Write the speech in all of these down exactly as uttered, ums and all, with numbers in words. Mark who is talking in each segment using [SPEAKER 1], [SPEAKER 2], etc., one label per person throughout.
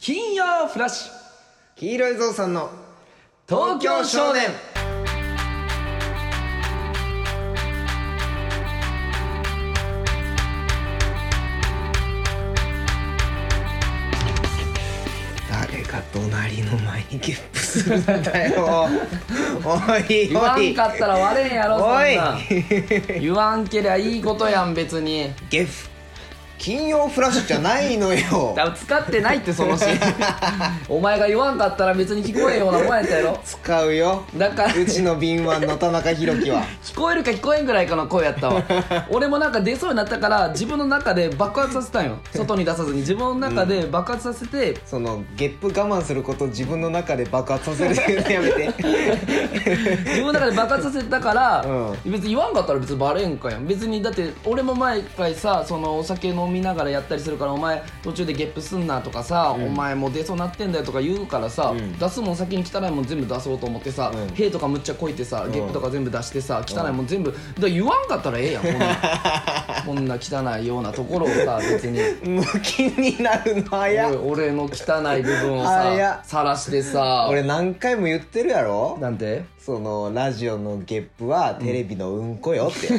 [SPEAKER 1] 金曜フラッシュ
[SPEAKER 2] 黄色いぞうさんの
[SPEAKER 1] 東京少年。
[SPEAKER 2] 誰が隣の前にゲップするんだよおい
[SPEAKER 1] 言わ
[SPEAKER 2] おい
[SPEAKER 1] んかったら割れんやろ、そん
[SPEAKER 2] おい
[SPEAKER 1] なん言わんけりゃいいことやん、別に。
[SPEAKER 2] ゲフ金曜フラッシュじゃないのよ
[SPEAKER 1] だから使ってないってそのシーンお前が言わんかったら別に聞こえんようなもんやったやろ。
[SPEAKER 2] 使うよ
[SPEAKER 1] だから
[SPEAKER 2] うちの敏腕の田中裕樹は
[SPEAKER 1] 聞こえるか聞こえんぐらいかの声やったわ俺もなんか出そうになったから自分の中で爆発させたんよ。外に出さずに自分の中で爆発させて、
[SPEAKER 2] そのゲップ我慢することを自分の中で爆発させるっていうのやめて
[SPEAKER 1] 自分の中で爆発させたから、
[SPEAKER 2] う
[SPEAKER 1] 別に言わんかったら別にバレんかやん。別にだって俺も毎回さ、そのお酒飲みながらやったりするから、お前途中でゲップすんなとかさ、
[SPEAKER 2] うん
[SPEAKER 1] お前もう出そうなってんだよとか言うからさ、
[SPEAKER 2] うん
[SPEAKER 1] 出すもん先に汚いもん全部出そうと思ってさ、
[SPEAKER 2] うん
[SPEAKER 1] 屁とかむっちゃこいてさ、
[SPEAKER 2] うん
[SPEAKER 1] ゲップとか全部出してさ、汚いもん全部だから言わんかったらええやん、こんなこんな汚いようなところをさ、別に
[SPEAKER 2] ムキになるの早っ
[SPEAKER 1] 俺俺の汚い部分を
[SPEAKER 2] 早っ
[SPEAKER 1] さ晒してさ、
[SPEAKER 2] 俺何回も言ってるやろ。
[SPEAKER 1] なんて
[SPEAKER 2] そのラジオのゲップはテレビのうんこよって、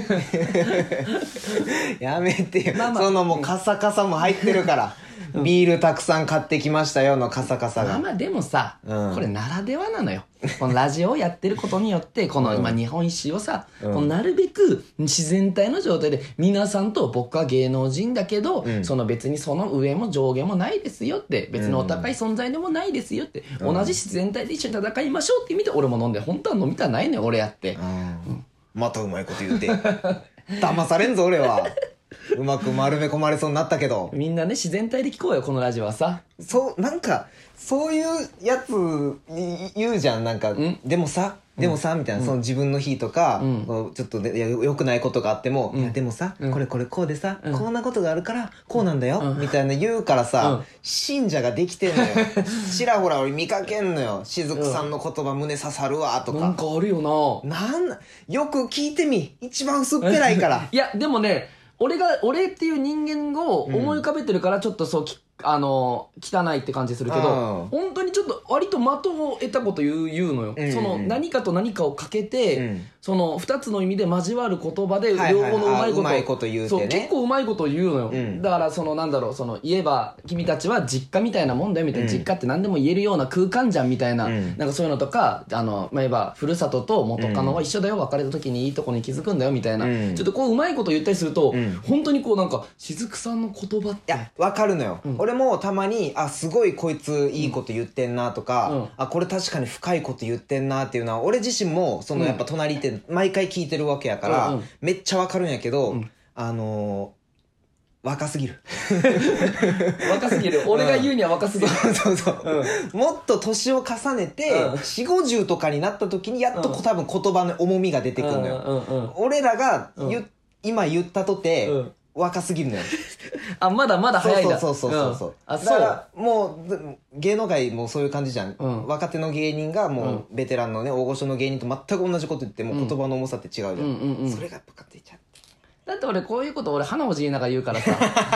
[SPEAKER 2] やめてよ、
[SPEAKER 1] まあまあ
[SPEAKER 2] そのもうカサカサも入ってるから、ビールたくさん買ってきましたよのカサカサが、
[SPEAKER 1] まあまあでもさ、
[SPEAKER 2] うん
[SPEAKER 1] これならではなのよ。このラジオをやってることによってこの今日本一周をさ、
[SPEAKER 2] うん
[SPEAKER 1] このなるべく自然体の状態で皆さんと、僕は芸能人だけど、
[SPEAKER 2] うん
[SPEAKER 1] その別にその上も上下もないですよって、別にお高い存在でもないですよって、
[SPEAKER 2] うん
[SPEAKER 1] 同じ自然体で一緒に戦いましょうって意味で俺も飲んで、本当は飲みたないねん俺やって。
[SPEAKER 2] うんまたうまいこと言って騙されんぞ俺は。うまく丸め込まれそうになったけど、
[SPEAKER 1] みんなね自然体で聞こうよこのラジオはさ。
[SPEAKER 2] そうなんかそういうやつい言うじゃん、なんか
[SPEAKER 1] ん
[SPEAKER 2] でもさでもさ、みたいな、その自分の日とか、
[SPEAKER 1] うん
[SPEAKER 2] こうちょっとね、いや良くないことがあっても、
[SPEAKER 1] うん
[SPEAKER 2] いやでもさ、
[SPEAKER 1] うん
[SPEAKER 2] これこれこうでさ、
[SPEAKER 1] うん
[SPEAKER 2] こんなことがあるからこうなんだよ、
[SPEAKER 1] うん
[SPEAKER 2] みたいな言うからさ、
[SPEAKER 1] うん
[SPEAKER 2] 信者ができてんのよちらほら俺見かけんのよ、しずくさんの言葉胸刺さるわとか、
[SPEAKER 1] なんかあるよな。
[SPEAKER 2] なんなよく聞いてみ、一番薄っぺらいから
[SPEAKER 1] いやでもね、俺が俺っていう人間を思い浮かべてるからちょっとそうきあの汚いって感じするけど、
[SPEAKER 2] うん
[SPEAKER 1] 本当にちょっと割と的を得たこと言う言うのよ、
[SPEAKER 2] うんうん
[SPEAKER 1] その何かと何かをかけて、
[SPEAKER 2] うん
[SPEAKER 1] そのふたつの意味で交わる言葉で
[SPEAKER 2] はいはい
[SPEAKER 1] 両方のうまいこと、
[SPEAKER 2] あうまいこと言うてね
[SPEAKER 1] そう結構うまいこと言うのよ、
[SPEAKER 2] うん
[SPEAKER 1] だからそのなんだろう、その言えば君たちは実家みたいなもんだよみたいな、
[SPEAKER 2] うん
[SPEAKER 1] 実家って何でも言えるような空間じゃんみたいな、
[SPEAKER 2] うん
[SPEAKER 1] なんかそういうのとか、あの、まあ、言えばふるさとと元カノは一緒だよ、別れた時にいいとこに気づくんだよみたいな、
[SPEAKER 2] うん
[SPEAKER 1] ちょっとこううまいこと言ったりすると、
[SPEAKER 2] うん
[SPEAKER 1] 本当にこうなんか雫さんの言葉って
[SPEAKER 2] いやわかるのよ、
[SPEAKER 1] うん
[SPEAKER 2] 俺もたまにあすごいこいついいこと言ってんなとか、
[SPEAKER 1] うん
[SPEAKER 2] あこれ確かに深いこと言ってんなっていうのは俺自身もその
[SPEAKER 1] うん
[SPEAKER 2] やっぱ隣って毎回聞いてるわけやから、
[SPEAKER 1] うんうん
[SPEAKER 2] めっちゃわかるんやけど、
[SPEAKER 1] うん
[SPEAKER 2] あのー、若すぎる
[SPEAKER 1] 若すぎる俺が言うには若すぎる、
[SPEAKER 2] そうそう、もっと年を重ねて、
[SPEAKER 1] うん
[SPEAKER 2] よんじゅうごじゅうとかになった時にやっとこう多分言葉の重みが出てくるのよ、
[SPEAKER 1] うんうんうん
[SPEAKER 2] 俺らが言、
[SPEAKER 1] うん
[SPEAKER 2] 今言ったとて、
[SPEAKER 1] うん
[SPEAKER 2] 若すぎるのよ
[SPEAKER 1] あまだまだ早いんだ
[SPEAKER 2] そうそうそうそうそう、
[SPEAKER 1] んあ
[SPEAKER 2] だからもうで芸能界もそういう感じじゃん、
[SPEAKER 1] うん
[SPEAKER 2] 若手の芸人がもうベテランのね大御所の芸人と全く同じこと言っても言葉の重さって違うじゃん、
[SPEAKER 1] うんうんうん
[SPEAKER 2] それがやっぱ出ちゃって
[SPEAKER 1] だって俺こういうこと俺鼻をじりながら言うからさ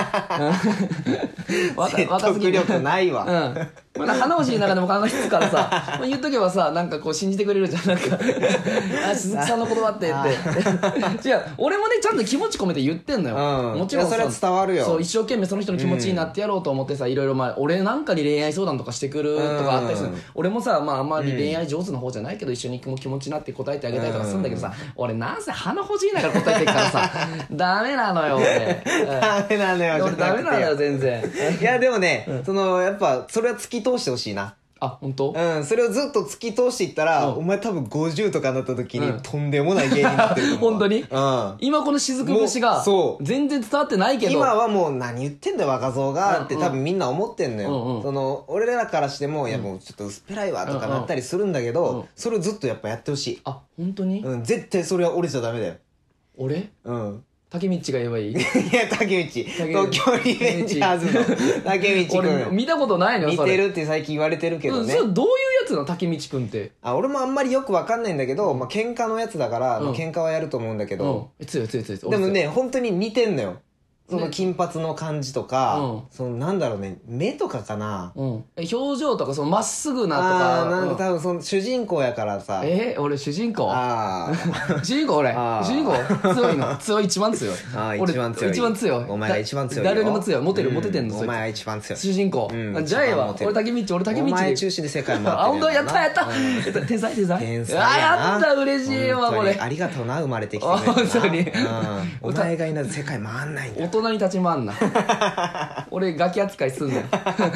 [SPEAKER 1] うん若
[SPEAKER 2] 説
[SPEAKER 1] 若すぎる
[SPEAKER 2] 得力ないわ、
[SPEAKER 1] うんまだ鼻をじりながらでも考えつくからさ言っとけばさなんかこう信じてくれるじゃん、なんかあ鈴木さんの言葉ってって違う俺もねちゃんと気持ち込めて言ってんのよ、
[SPEAKER 2] うん
[SPEAKER 1] もちろんさ
[SPEAKER 2] いやそれは伝わるよ
[SPEAKER 1] そう一生懸命その人の気持ちになってやろうと思ってさ、いろいろまあ俺なんかに恋愛相談とかしてくるとかあったりする、
[SPEAKER 2] うん
[SPEAKER 1] 俺もさまああんまり恋愛上手な方じゃないけど、一緒に気持ちになって答えてあげたりとかするんだけどさ、俺なんせ鼻ほじりながら答えてるからさダメなのよ俺
[SPEAKER 2] ダメなのよ
[SPEAKER 1] 俺ダメなのよ全然
[SPEAKER 2] いやでもね、そのやっぱそれは突き通してほしいな、
[SPEAKER 1] あ本当？
[SPEAKER 2] うん、それをずっと突き通していったら、
[SPEAKER 1] うん
[SPEAKER 2] お前多分ごじゅうとかになった時に、
[SPEAKER 1] うん
[SPEAKER 2] とんでもない芸人になってると思う
[SPEAKER 1] 本当に
[SPEAKER 2] うん
[SPEAKER 1] 今この雫節が
[SPEAKER 2] もうそう
[SPEAKER 1] 全然伝わってないけど
[SPEAKER 2] 今はもう何言ってんだよ若造がって
[SPEAKER 1] うんうん
[SPEAKER 2] 多分みんな思ってんのよ、
[SPEAKER 1] うんうん
[SPEAKER 2] その俺らからしても、いやもうちょっと薄っぺらいわとかなったりするんだけど、
[SPEAKER 1] うんうん
[SPEAKER 2] それをずっとやっぱやってほしい、
[SPEAKER 1] あ本当に、
[SPEAKER 2] うん、絶対それは折れちゃダメだよ、
[SPEAKER 1] 俺
[SPEAKER 2] うん
[SPEAKER 1] 竹道が言えばいい
[SPEAKER 2] いや竹内東京リベンジャーズの竹内
[SPEAKER 1] 俺
[SPEAKER 2] 君
[SPEAKER 1] 見たことないのよそれ
[SPEAKER 2] 似てるって最近言われてるけどね、
[SPEAKER 1] うんそれどういうやつなの竹道くんって
[SPEAKER 2] あ俺もあんまりよくわかんないんだけど、まあ喧嘩のやつだから、
[SPEAKER 1] うん
[SPEAKER 2] まあ喧嘩はやると思うんだけ
[SPEAKER 1] うん
[SPEAKER 2] ど、
[SPEAKER 1] え強い強い強い強い
[SPEAKER 2] でもね本当に似てんのよ、 その金髪の感じとか、
[SPEAKER 1] うん
[SPEAKER 2] そのなんだろうね、目とかかな。
[SPEAKER 1] うんえ表情とかそのまっすぐなと
[SPEAKER 2] あ
[SPEAKER 1] か
[SPEAKER 2] あ、なんか
[SPEAKER 1] うん
[SPEAKER 2] 多分その主人公やからさ。
[SPEAKER 1] え俺主人公
[SPEAKER 2] あ
[SPEAKER 1] 主人公俺
[SPEAKER 2] あー
[SPEAKER 1] 主人公強いの強い一番強い
[SPEAKER 2] あー
[SPEAKER 1] 俺
[SPEAKER 2] 一番強い
[SPEAKER 1] 一番強い
[SPEAKER 2] お前が一番強いよ。
[SPEAKER 1] 誰にも強いモテる
[SPEAKER 2] うん
[SPEAKER 1] モテてんのそいつ
[SPEAKER 2] お前が一番強い。
[SPEAKER 1] 主人公、
[SPEAKER 2] うん
[SPEAKER 1] あじゃあええわ
[SPEAKER 2] 一番モテる
[SPEAKER 1] 俺竹道俺竹道
[SPEAKER 2] お前中心で世界回ってる
[SPEAKER 1] あ本当やったやった、
[SPEAKER 2] うん
[SPEAKER 1] やった天才天才
[SPEAKER 2] 天才
[SPEAKER 1] あ
[SPEAKER 2] やな
[SPEAKER 1] やった嬉しいわこれ
[SPEAKER 2] 本当にありがとうな、生まれてきてくれてな。
[SPEAKER 1] あ本当に
[SPEAKER 2] うんお前がいないと世界回んないんだ
[SPEAKER 1] 大。人に立ち回んな俺ガキ扱いすんなよ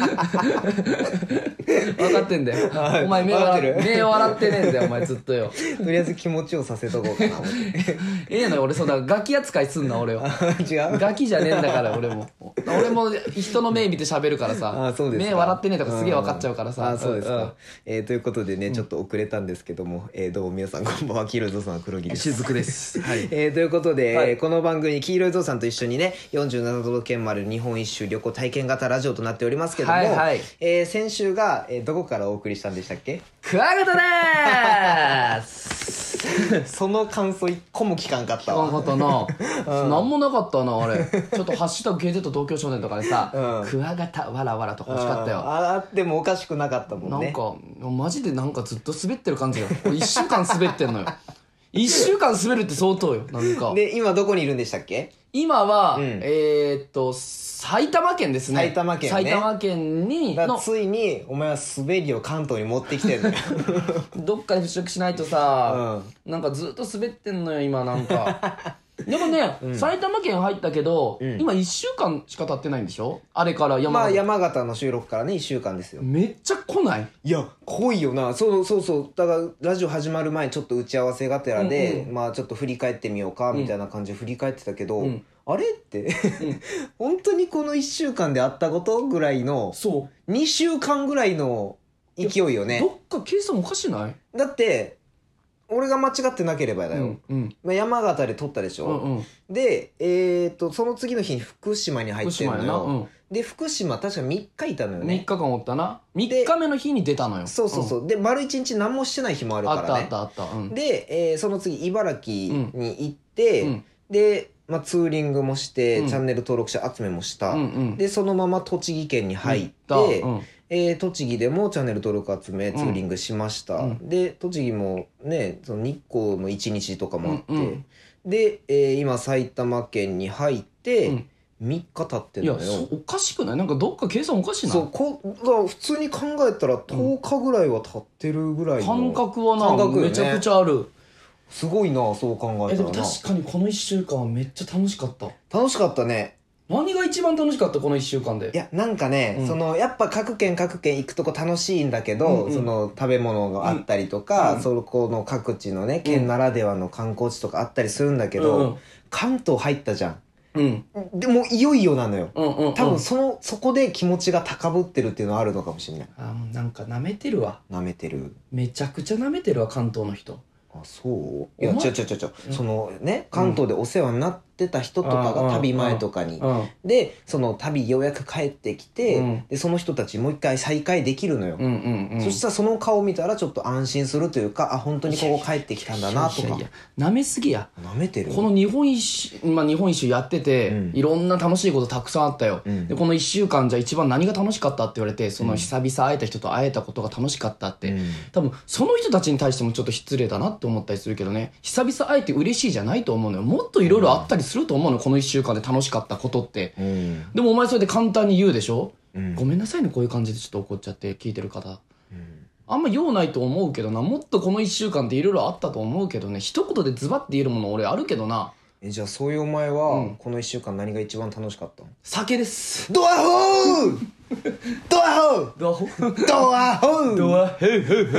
[SPEAKER 1] 分かってんだよお前目
[SPEAKER 2] 分かってる
[SPEAKER 1] 笑目笑ってねえんだよお前ずっとよ
[SPEAKER 2] とりあえず気持ちをさせとこうかな思って
[SPEAKER 1] ええのよ俺そうだガキ扱いすんな俺を
[SPEAKER 2] 違う
[SPEAKER 1] ガキじゃねえんだから俺も俺も人の目見て喋るからさ
[SPEAKER 2] あそうですか
[SPEAKER 1] 目笑ってねえとかすげえ分かっちゃうからさ
[SPEAKER 2] あそうです
[SPEAKER 1] ん
[SPEAKER 2] か、えーということでね、ちょっと遅れたんですけども、えーどうも皆さんこんばんは、黄色いぞうさんの黒木です。
[SPEAKER 1] 雫ですはい
[SPEAKER 2] えーということで、
[SPEAKER 1] はい
[SPEAKER 2] えーこの番組黄色いぞうさんと一緒にねよんじゅうなな都道府県まる日本一周旅行体験型ラジオとなっておりますけども、
[SPEAKER 1] はいはい
[SPEAKER 2] えー先週が、えーどこからお送りしたんでしたっけ？
[SPEAKER 1] クワガタでーす
[SPEAKER 2] その感想一個も聞かんかった
[SPEAKER 1] 聞かんか
[SPEAKER 2] わ。
[SPEAKER 1] ったな、なんもなかったなあれちょっと「ハッシュタグ ケーゼット 東京少年」とかでさ
[SPEAKER 2] うん
[SPEAKER 1] 「クワガタわらわら」とか欲しかったよ
[SPEAKER 2] ああってもおかしくなかったもんね。
[SPEAKER 1] なんかマジでなんかずっと滑ってる感じよいっしゅうかん滑ってんのよいっしゅうかん滑るって相当よなんか
[SPEAKER 2] で今どこにいるんでしたっけ？
[SPEAKER 1] 今は、
[SPEAKER 2] うん
[SPEAKER 1] えーっと埼玉県ですね
[SPEAKER 2] 埼玉県ね
[SPEAKER 1] 埼玉県にの
[SPEAKER 2] だからついにお前は滑りを関東に持ってきてんのよ。
[SPEAKER 1] どっかで払拭しないとさ、なんかずっと滑ってんのよ今なんかでもね、埼玉県入ったけど、
[SPEAKER 2] ん
[SPEAKER 1] 今いっしゅうかんしか経ってないんでしょあれから山形、
[SPEAKER 2] まあ山形の収録からねいっしゅうかんですよ。
[SPEAKER 1] めっちゃ来ない
[SPEAKER 2] いや濃いよな。そうそうそう、だからラジオ始まる前にちょっと打ち合わせがてらで、
[SPEAKER 1] うん
[SPEAKER 2] まあちょっと振り返ってみようかみたいな感じで振り返ってたけど、
[SPEAKER 1] うん
[SPEAKER 2] あれって本当にこのいっしゅうかんであったことぐらいの
[SPEAKER 1] そ
[SPEAKER 2] にしゅうかんぐらいの勢いよ
[SPEAKER 1] う、
[SPEAKER 2] ね。
[SPEAKER 1] どっか計算おかしない
[SPEAKER 2] だって俺が間違ってなければだよ、
[SPEAKER 1] うんうん
[SPEAKER 2] まあ、山形で撮ったでしょ、
[SPEAKER 1] うんうん
[SPEAKER 2] で、えー、とその次の日に福島に入
[SPEAKER 1] 福
[SPEAKER 2] ってんのよ、
[SPEAKER 1] 島やな、うん、
[SPEAKER 2] で福島確かみっかいたのよ
[SPEAKER 1] みっ
[SPEAKER 2] ね。
[SPEAKER 1] かかんおったなみっかめの日に出たのよ
[SPEAKER 2] そうそうそう、で丸一日何もしてない日もある
[SPEAKER 1] あ
[SPEAKER 2] からね。
[SPEAKER 1] ったあったあった、うん、
[SPEAKER 2] で、えーその次茨城に行って、
[SPEAKER 1] うん
[SPEAKER 2] で、まあ、ツーリングもして、
[SPEAKER 1] うん
[SPEAKER 2] チャンネル登録者集めもした、
[SPEAKER 1] うんうん
[SPEAKER 2] でそのまま栃木県に入って、
[SPEAKER 1] うん
[SPEAKER 2] えー栃木でもチャンネル登録集めツーリングしました、
[SPEAKER 1] うん
[SPEAKER 2] で栃木もねその日光のいちにちとかもあって、
[SPEAKER 1] うんうん
[SPEAKER 2] で、えー今埼玉県に入って
[SPEAKER 1] うん
[SPEAKER 2] みっか経ってん
[SPEAKER 1] い
[SPEAKER 2] のよ、
[SPEAKER 1] やそうおかしくないなんかどっか計算おかしいな
[SPEAKER 2] そうこだから普通に考えたらとおかぐらいは経ってるぐらいの
[SPEAKER 1] 感覚はな
[SPEAKER 2] 感覚よね
[SPEAKER 1] めちゃくちゃある
[SPEAKER 2] すごいなそう考え
[SPEAKER 1] えでも
[SPEAKER 2] たらな
[SPEAKER 1] 確かにこのいっしゅうかんはめっちゃ楽しかった
[SPEAKER 2] 楽しかったね。
[SPEAKER 1] 何が一番楽しかったこのいっしゅうかんで
[SPEAKER 2] いやなんかね、
[SPEAKER 1] うん
[SPEAKER 2] そのやっぱ各県各県行くとこ楽しいんだけど、
[SPEAKER 1] うんうん
[SPEAKER 2] その食べ物があったりとか、
[SPEAKER 1] うん
[SPEAKER 2] そこの各地のね県ならではの観光地とかあったりするんだけど、
[SPEAKER 1] うん
[SPEAKER 2] 関東入ったじゃん。
[SPEAKER 1] うん
[SPEAKER 2] でもいよいよなのよ。
[SPEAKER 1] うんうんうん
[SPEAKER 2] 多分そのそこで気持ちが高ぶってるっていうのはあるのかもしれない。
[SPEAKER 1] あもうなんか舐めてるわ
[SPEAKER 2] なめてる。
[SPEAKER 1] めちゃくちゃ舐めてるわ関東の人
[SPEAKER 2] あそういや
[SPEAKER 1] お前
[SPEAKER 2] 違う違う違う違う、そのね関東でお世話になってた人とかが旅前とかに、
[SPEAKER 1] うん
[SPEAKER 2] でその旅ようやく帰ってきて、
[SPEAKER 1] うん
[SPEAKER 2] でその人たちもう一回再会できるのよ、
[SPEAKER 1] うんうんうん
[SPEAKER 2] そしたらその顔見たらちょっと安心するというかあ本当にここ帰ってきたんだなとか
[SPEAKER 1] いやいやいや舐めすぎや
[SPEAKER 2] なめてる
[SPEAKER 1] この日本一周、まあ、日本一周やってて、
[SPEAKER 2] うん
[SPEAKER 1] いろんな楽しいことたくさんあったよ、
[SPEAKER 2] うん
[SPEAKER 1] でこのいっしゅうかんじゃ一番何が楽しかったって言われてその久々会えた人と会えたことが楽しかったって、
[SPEAKER 2] うん
[SPEAKER 1] 多分その人たちに対してもちょっと失礼だなって思ったりするけどね久々会えて嬉しいじゃないと思うのよもっといろいろあったりすると思うのよこのいっしゅうかんで楽しかったことって
[SPEAKER 2] うん
[SPEAKER 1] でもお前それで簡単に言うでしょ、
[SPEAKER 2] うん
[SPEAKER 1] ごめんなさいねこういう感じでちょっと怒っちゃって聞いてる方
[SPEAKER 2] うん
[SPEAKER 1] あんま用ないと思うけどなもっとこのいっしゅうかんっていろいろあったと思うけどね一言でズバッて言えるもの俺あるけどな
[SPEAKER 2] えじゃあそういうお前は、
[SPEAKER 1] うん
[SPEAKER 2] このいっしゅうかん何が一番楽しかったの？
[SPEAKER 1] 酒です
[SPEAKER 2] ドアホードアホー
[SPEAKER 1] ドアホ
[SPEAKER 2] ドアホー
[SPEAKER 1] ドアヘイヘイ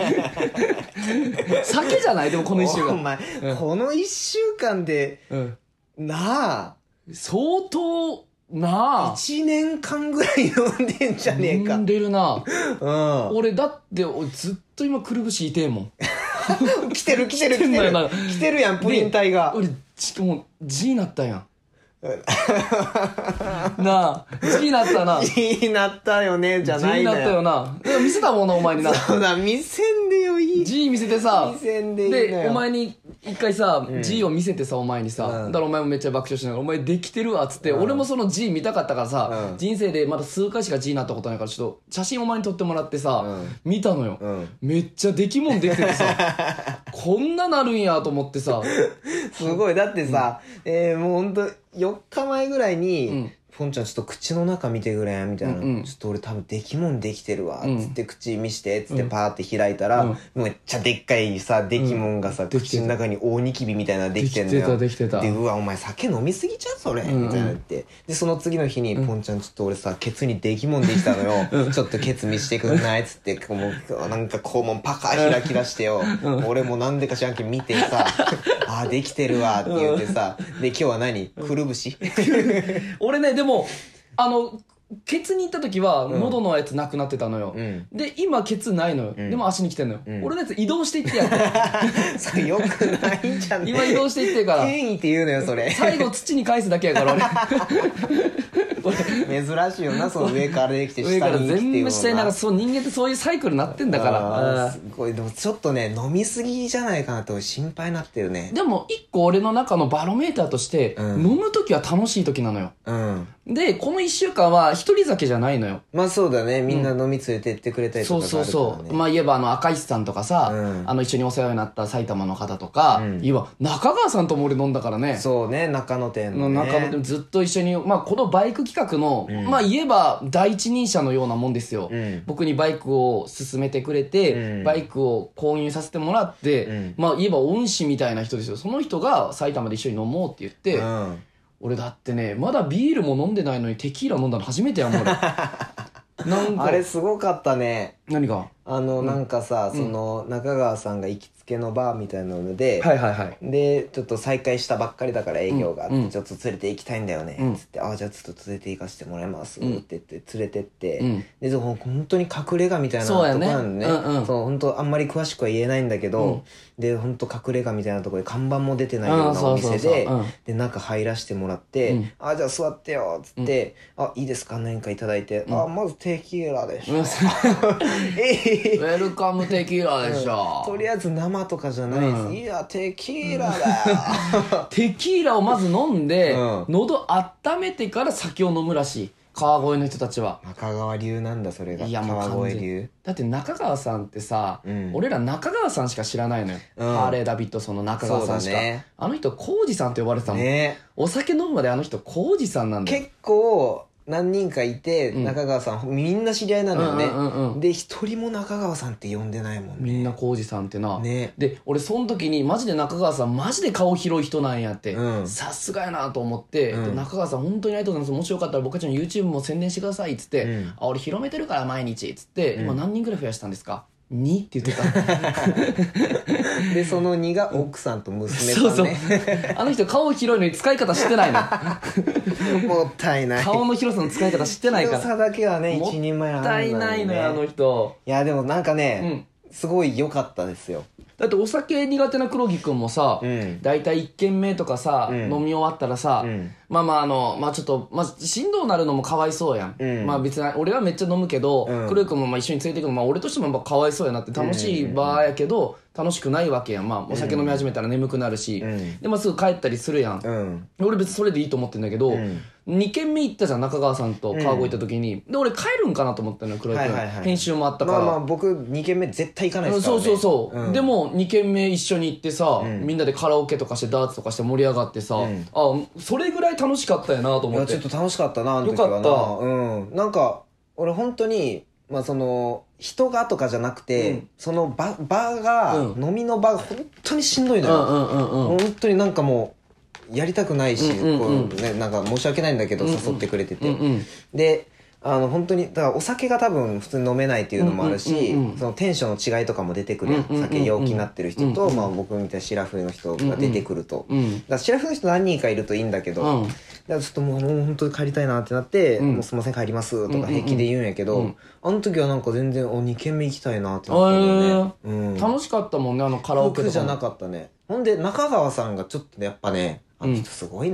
[SPEAKER 1] ヘイ酒じゃないでもこのいっしゅうかん、
[SPEAKER 2] お前、
[SPEAKER 1] うん
[SPEAKER 2] このいっしゅうかんで
[SPEAKER 1] うん、
[SPEAKER 2] なあ
[SPEAKER 1] 相当なあ
[SPEAKER 2] いちねんかんぐらい飲んでんじゃねえか。
[SPEAKER 1] 飲んでるな
[SPEAKER 2] う
[SPEAKER 1] 俺だって俺ずっと今くるぶし痛えもん
[SPEAKER 2] ん。来てる来てる来てる
[SPEAKER 1] 来てんのよな。
[SPEAKER 2] 来てるやん、プリン体が。
[SPEAKER 1] 俺ちもう G になったやんなあ G なったな
[SPEAKER 2] G なったよねじゃない
[SPEAKER 1] G
[SPEAKER 2] のよ。
[SPEAKER 1] なったよな。でも見せたもんなお前にな。
[SPEAKER 2] そうだ、見せんでよ、いい。
[SPEAKER 1] G 見せてさ、
[SPEAKER 2] 見せんでいいのよ。
[SPEAKER 1] でお前に一回さ、
[SPEAKER 2] うん、
[SPEAKER 1] G を見せてさお前にさ、
[SPEAKER 2] うん、
[SPEAKER 1] だからお前もめっちゃ爆笑しながら「お前できてるわ」っつって、うん、俺もその G 見たかったからさ、うん、人生でまだ数回しか G になったことないからちょっと写真お前に撮ってもらってさ、うん、見たのよ、うん、めっちゃできもんできててさこんななるんやと思ってさ
[SPEAKER 2] すごい。だってさ、うん、えー、もうほんとよっかまえぐらいに、うんポンちゃんちょっと口の中見てくれみたいな、うんうん、ちょっと俺多分できもんできてるわつって口見してつってパーって開いたら、うん、めっちゃでっかいさできもんがさ、うん、口の中に大ニキビみたいなのできてんのよ。
[SPEAKER 1] できてたできてた。
[SPEAKER 2] でうわお前酒飲みすぎちゃうそれ、うんうん、みたいな言ってでその次の日に、うん、ポンちゃんちょっと俺さケツにできもんできたのよ、うん、ちょっとケツ見してくんないっつってもうなんか肛門パカー開き出してよ、うん、俺もなんでか知らんけど見てさあーできてるわって言ってさで今日は何くるぶし
[SPEAKER 1] 俺ねでもあのケツに行った時は喉のやつなくなってたのよ、うん、で今ケツないのよ、うん、でも足に来てんのよ、うん、俺のやつ移動していってやる
[SPEAKER 2] それよくないんじゃん、ね、
[SPEAKER 1] 今移動していってから
[SPEAKER 2] 権威って言うのよそれ
[SPEAKER 1] 最後土に返すだけやから
[SPEAKER 2] 俺珍しいよなその上からできて下に
[SPEAKER 1] 上から
[SPEAKER 2] 生きてる
[SPEAKER 1] 全部下になんかそう人間ってそういうサイクルになってんだから
[SPEAKER 2] すごい。でもちょっとね飲みすぎじゃないかなって心配になってるね。
[SPEAKER 1] でも一個俺の中のバロメーターとして、うん、飲む時は楽しい時なのよ、うん、でこのいっしゅうかんは一人酒じゃないのよ。
[SPEAKER 2] まあそうだねみんな飲み連れてってくれたりとかがあるからね、
[SPEAKER 1] そうそうそう。まあ言えばあの赤石さんとかさ、うん、あの一緒にお世話になった埼玉の方とか、うん、いわ中川さんとも俺飲んだからね。
[SPEAKER 2] そうね中野店のね
[SPEAKER 1] 中野店ずっと一緒に、まあ、このバイク企画の、うん、まあ言えば第一人者のようなもんですよ、うん、僕にバイクを勧めてくれて、うん、バイクを購入させてもらって、うん、まあ言えば恩師みたいな人ですよ。その人が埼玉で一緒に飲もうって言って、うん、俺だってねまだビールも飲んでないのにテキーラ飲んだの初めてやもん俺なんか
[SPEAKER 2] あれすごかったね。
[SPEAKER 1] 何が
[SPEAKER 2] あの、うん、なんかさ、その中川さんが行きつけのバーみたいなので、
[SPEAKER 1] はいはいはい、
[SPEAKER 2] でちょっと再開したばっかりだから営業があって、
[SPEAKER 1] うん、
[SPEAKER 2] ちょっと連れて行きたいんだよね、うん、つってあじゃあちょっと連れて行かせてもらいます、うん、って言って連れてって、うん、で本当に隠れ家みたいなとこなんでね、そう、うんうん、そう本当あんまり詳しくは言えないんだけど、うん、で本当隠れ家みたいなところで看板も出てないようなお店でで中入らせてもらって、うん、あじゃあ座ってよっつって、うん、あいいですか何かいただいて、うん、あまずテキーラでしょ、うん、
[SPEAKER 1] えウェルカムテキーラでしょ、
[SPEAKER 2] うん、とりあえず生とかじゃないです、うん、いやテキーラだよ
[SPEAKER 1] テキーラをまず飲んで、うん、喉温めてから酒を飲むらしい川越の人たちは。
[SPEAKER 2] 中川流なんだそれが。
[SPEAKER 1] いやもう
[SPEAKER 2] 川越流
[SPEAKER 1] だって中川さんってさ、うん、俺ら中川さんしか知らないのよ、うん、ハーレー・ダビッドソンの中川さんしか、ね、あの人浩二さんって呼ばれてたもん、ね、お酒飲むまであの人浩二さんなんだよ。
[SPEAKER 2] 結構何人かいて、うん、中川さんみんな知り合いなのよね、うんうんうんうん、で一人も中川さんって呼んでないもんね。
[SPEAKER 1] みんな浩二さんってな、
[SPEAKER 2] ね、
[SPEAKER 1] で俺その時にマジで中川さんマジで顔広い人なんやって、さすがやなと思って、うん、で中川さん本当にありがとうございますもしよかったら僕たちの YouTube も宣伝してくださいっつって、うん、あ俺広めてるから毎日っつって、うん、今何人ぐらい増やしたんですかにって言ってた
[SPEAKER 2] でそのにが奥さんと娘さんね、そうそう
[SPEAKER 1] あの人顔広いのに使い方知ってないの
[SPEAKER 2] もったいない
[SPEAKER 1] 顔の広さの使い方知ってないから
[SPEAKER 2] 広さだけはね一人前あるんだよね。
[SPEAKER 1] もったいないのよあの人。
[SPEAKER 2] いやでもなんかね、うん、すごい良かったですよ。
[SPEAKER 1] だってお酒苦手な黒木くんもさ、うん、だいたいいっ軒目とかさ、うん、飲み終わったらさ、うん、まあまああのまあちょっと、まあ、しんどうなるのもかわいそうやん、うん、まあ別に俺はめっちゃ飲むけど、うん、黒木くんもまあ一緒に連れて行くの、まあ、俺としてもまあかわいそうやなって楽しい場やけど、楽しくないわけやん。まあお酒飲み始めたら眠くなるし、うん、でまあすぐ帰ったりするやん、うん、俺別にそれでいいと思ってんだけど、うん、に軒目行ったじゃん中川さんと川越行った時に、うん、で俺帰るんかなと思ったのよ黒井君、はいはいはい、編集もあったから。
[SPEAKER 2] まあまあ僕に軒目絶対行かないですからね。
[SPEAKER 1] そうそうそう、うん、でもに軒目一緒に行ってさ、うん、みんなでカラオケとかしてダーツとかして盛り上がってさ、うん、あそれぐらい楽しかったよなと思って。
[SPEAKER 2] いやちょっと楽しかったなあの時はな。よかった。うんなんか俺本当にまあその人がとかじゃなくて、うん、その場場が、うん、飲みの場が本当にしんどいのよ、うんうんうんうん、本当になんかもうやりたくないし、うんうんうん、こうね、なんか申し訳ないんだけど、うんうん、誘ってくれてて、うんうん、であの本当にだからお酒が多分普通に飲めないっていうのもあるし、うんうんうん、そのテンションの違いとかも出てくる、うんうんうん、酒陽気になってる人と、うんうん、まあ、僕みたいなシラフの人が出てくると、うんうん、だからシラフの人何人かいるといいんだけど、うん、だからちょっともうもう本当に帰りたいなってなって、うん、もうすいません帰りますとか平気で言うんやけど、うんうんうん、あの時はなんか全然おに軒目行きたいなってなったのね、うん、
[SPEAKER 1] 楽しかったもんねあのカラオケとか
[SPEAKER 2] 僕じゃなかったね。ほんで中川さんがちょっとねやっぱねあの人すごいね、
[SPEAKER 1] う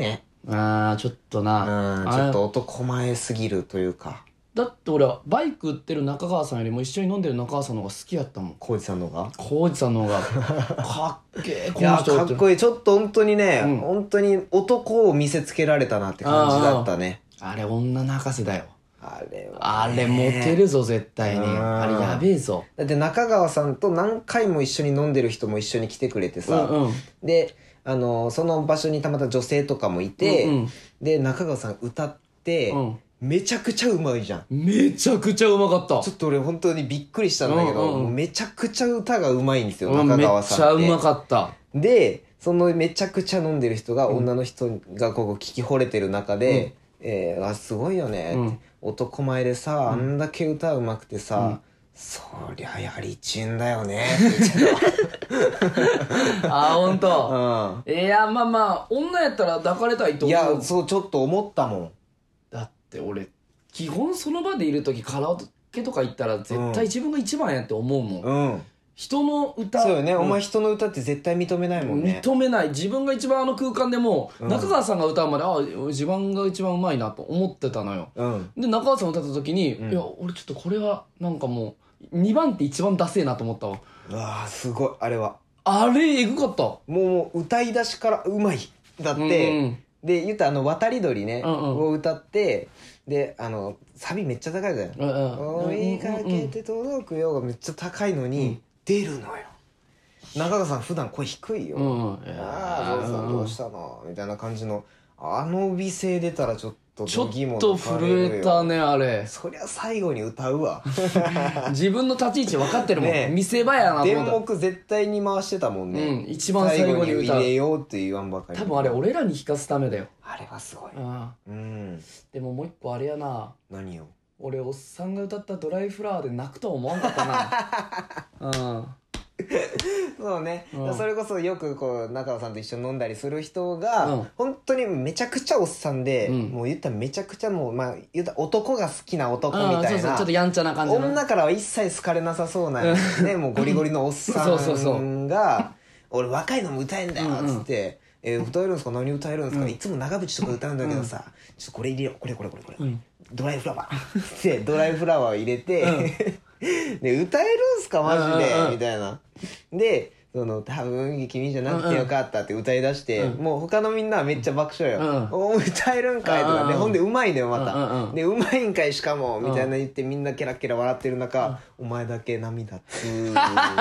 [SPEAKER 1] ああちょっとな、
[SPEAKER 2] うんちょっと男前すぎるというか。
[SPEAKER 1] だって俺はバイク売ってる中川さんよりも一緒に飲んでる中川さんの方が好きやったもん。
[SPEAKER 2] 浩二さんのが
[SPEAKER 1] 浩二さんの方がかっけえ。
[SPEAKER 2] いやかっこいい。ちょっと本当にね、
[SPEAKER 1] うん、
[SPEAKER 2] 本当に男を見せつけられたなって感じだったね。
[SPEAKER 1] あれ女泣かせだよ。
[SPEAKER 2] あれは、ね、
[SPEAKER 1] あれモテるぞ絶対に。あれやべえぞ。
[SPEAKER 2] だって中川さんと何回も一緒に飲んでる人も一緒に来てくれてさ、うんうん、であのその場所にたまたま女性とかもいて、うんうん、で中川さん歌って、うん、めちゃくちゃうまいじゃん。
[SPEAKER 1] めちゃくちゃうまかった。
[SPEAKER 2] ちょっと俺本当にびっくりしたんだけど、うんうん、めちゃくちゃ歌がうまいんですよ、中川さんって。
[SPEAKER 1] めっちゃうまかった。
[SPEAKER 2] でそのめちゃくちゃ飲んでる人が、女の人がここ聞き惚れてる中で、うんえー、あすごいよね、うん、男前でさ、うん、あんだけ歌うまくてさ、うん、そりゃやりちんだよねって言ってた
[SPEAKER 1] あほんと、うん、いやまあまあ女やったら抱かれたいと思う。
[SPEAKER 2] いやそうちょっと思ったもん。
[SPEAKER 1] だって俺基本その場でいる時カラオケとか行ったら絶対自分が一番やって思うもん、うん、人の歌。
[SPEAKER 2] そうよね、うん、お前人の歌って絶対認めないもんね。
[SPEAKER 1] 認めない。自分が一番あの空間でも、うん、中川さんが歌うまであ自分が一番うまいなと思ってたのよ、うん、で中川さんが歌った時に、うん、いや俺ちょっとこれはなんかもうにばんって一番ダセえなと思ったわ。
[SPEAKER 2] うわーすごい。あれは
[SPEAKER 1] あれエグかった。
[SPEAKER 2] もう歌い出しからうまいだって、うんうん、で言ったあの渡り鳥ね、うんうん、を歌ってであのサビめっちゃ高いじゃん、うんうん、追いかけて届くよがめっちゃ高いのに、うん、出るのよ。中川さん普段声低いよ、うん、ああどうしたどうしたのみたいな感じのあの美声出たらちょっと
[SPEAKER 1] ちょっと震えたねあれ。
[SPEAKER 2] そりゃ最後に歌うわ
[SPEAKER 1] 自分の立ち位置分かってるもん、ね、見せ場やなと思った。
[SPEAKER 2] 電目絶対に回してたもんね、うん、
[SPEAKER 1] 一番最後に歌う
[SPEAKER 2] 最後に入れようって言わんばかり。
[SPEAKER 1] 多分あれ俺らに弾かすためだよ。
[SPEAKER 2] あれはすごい、
[SPEAKER 1] うん、でももう一個あれやな。
[SPEAKER 2] 何よ。
[SPEAKER 1] 俺おっさんが歌ったドライフラワーで泣くとは思わんかったなうん
[SPEAKER 2] そうね、うん、それこそよくこう中川さんと一緒に飲んだりする人が、うん、本当にめちゃくちゃおっさんで、うん、もう言ったらめちゃくちゃもう、まあ、言ったら男が好きな男みたいな、そうそう
[SPEAKER 1] ちょっとやんちゃな感じの
[SPEAKER 2] 女からは一切好かれなさそうな、ね、もうゴリゴリのおっさんが俺若いのも歌えんだよっつって、うんうんえー、歌えるんですか何歌えるんですか、うん、いつも長渕とか歌うんだけどさ、うん、ちょっとこれ入れようこれこれこれこれ、うん、ドライフラワーってドライフラワーを入れて、うん、で歌えるんすかマジで、うんうん、みたいなでその多分君じゃなくてよかったって歌い出して、うん、もう他のみんなはめっちゃ爆笑よ、うん、お歌えるんかいとかで、うん、ほんでうまいねよまた、うんうん、でうまいんかいしかもみたいな言ってみんなケラケラ笑ってる中、うん、お前だけ涙つー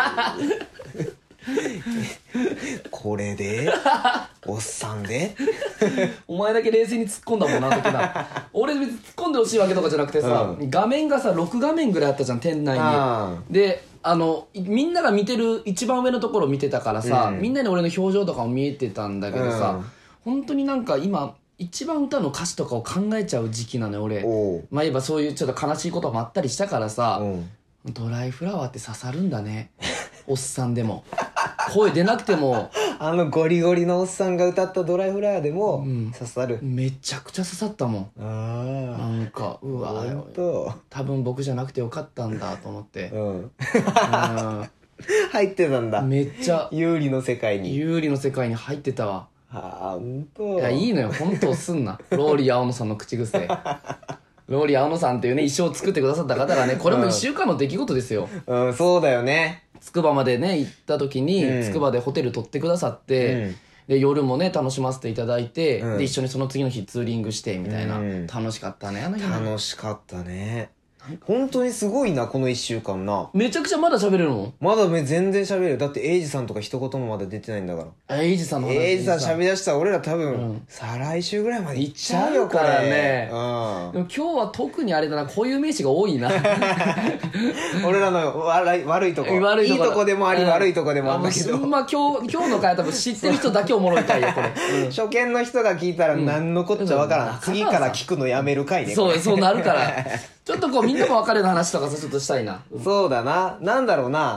[SPEAKER 2] これでおっさんで
[SPEAKER 1] お前だけ冷静に突っ込んだもんなあの時な俺別に突っ込んでほしいわけとかじゃなくてさ、うん、画面がさろく画面ぐらいあったじゃん店内に。であのみんなが見てる一番上のところ見てたからさ、うん、みんなに俺の表情とかも見えてたんだけどさ、うん、本当になんか今一番歌の歌詞とかを考えちゃう時期なのよ俺。まあ言えばそういうちょっと悲しいこともあったりしたからさ、ドライフラワーって刺さるんだねおっさんでも声出なくても
[SPEAKER 2] あのゴリゴリのおっさんが歌ったドライフラワーでも刺さる、
[SPEAKER 1] うん、めちゃくちゃ刺さったもん。あなんかうわ多分僕じゃなくてよかったんだと思って、うん、
[SPEAKER 2] 入ってたんだ。
[SPEAKER 1] めっちゃ
[SPEAKER 2] 有利の世界に
[SPEAKER 1] 有利の世界に入ってたわ。
[SPEAKER 2] あ本当。
[SPEAKER 1] いやいいのよ本当すんなローリー青野さんの口癖ローリー青野さんっていうね衣装を作ってくださった方がねこれもいっしゅうかんの出来事ですよ、
[SPEAKER 2] うん、うん、そうだよね。
[SPEAKER 1] つくばまでね行った時につくばでホテル取ってくださって、うん、で夜もね楽しませていただいて、うん、で一緒にその次の日ツーリングしてみたいな、うん、楽しかったねあの日。
[SPEAKER 2] 楽しかったね。本当にすごいなこのいっしゅうかんな。
[SPEAKER 1] めちゃくちゃまだ喋れるの。
[SPEAKER 2] まだ全然喋れる。だってエイジさんとか一言もまだ出てないんだか
[SPEAKER 1] ら。エイジさんの話。
[SPEAKER 2] エイジさん喋り出したら俺ら多分、うん、再来週ぐらいまで行っちゃうよ
[SPEAKER 1] からね、
[SPEAKER 2] うん、
[SPEAKER 1] でも今日は特にあれだな固有名詞が多いな
[SPEAKER 2] 俺らの悪い悪いとこ悪いとこいいとこでもあり、うん、悪いとこでもあるんだけど、
[SPEAKER 1] まあ、今日今日の回は多分知ってる人だけおもろい回よこれ、
[SPEAKER 2] うん、初見の人が聞いたら何のこっちゃわからん、うん、次から聞くのやめる回ね。
[SPEAKER 1] そうそうなるからちょっとこうみんなも分かるような話とかさちょっとしたいな、
[SPEAKER 2] うん、そうだな。なんだろうな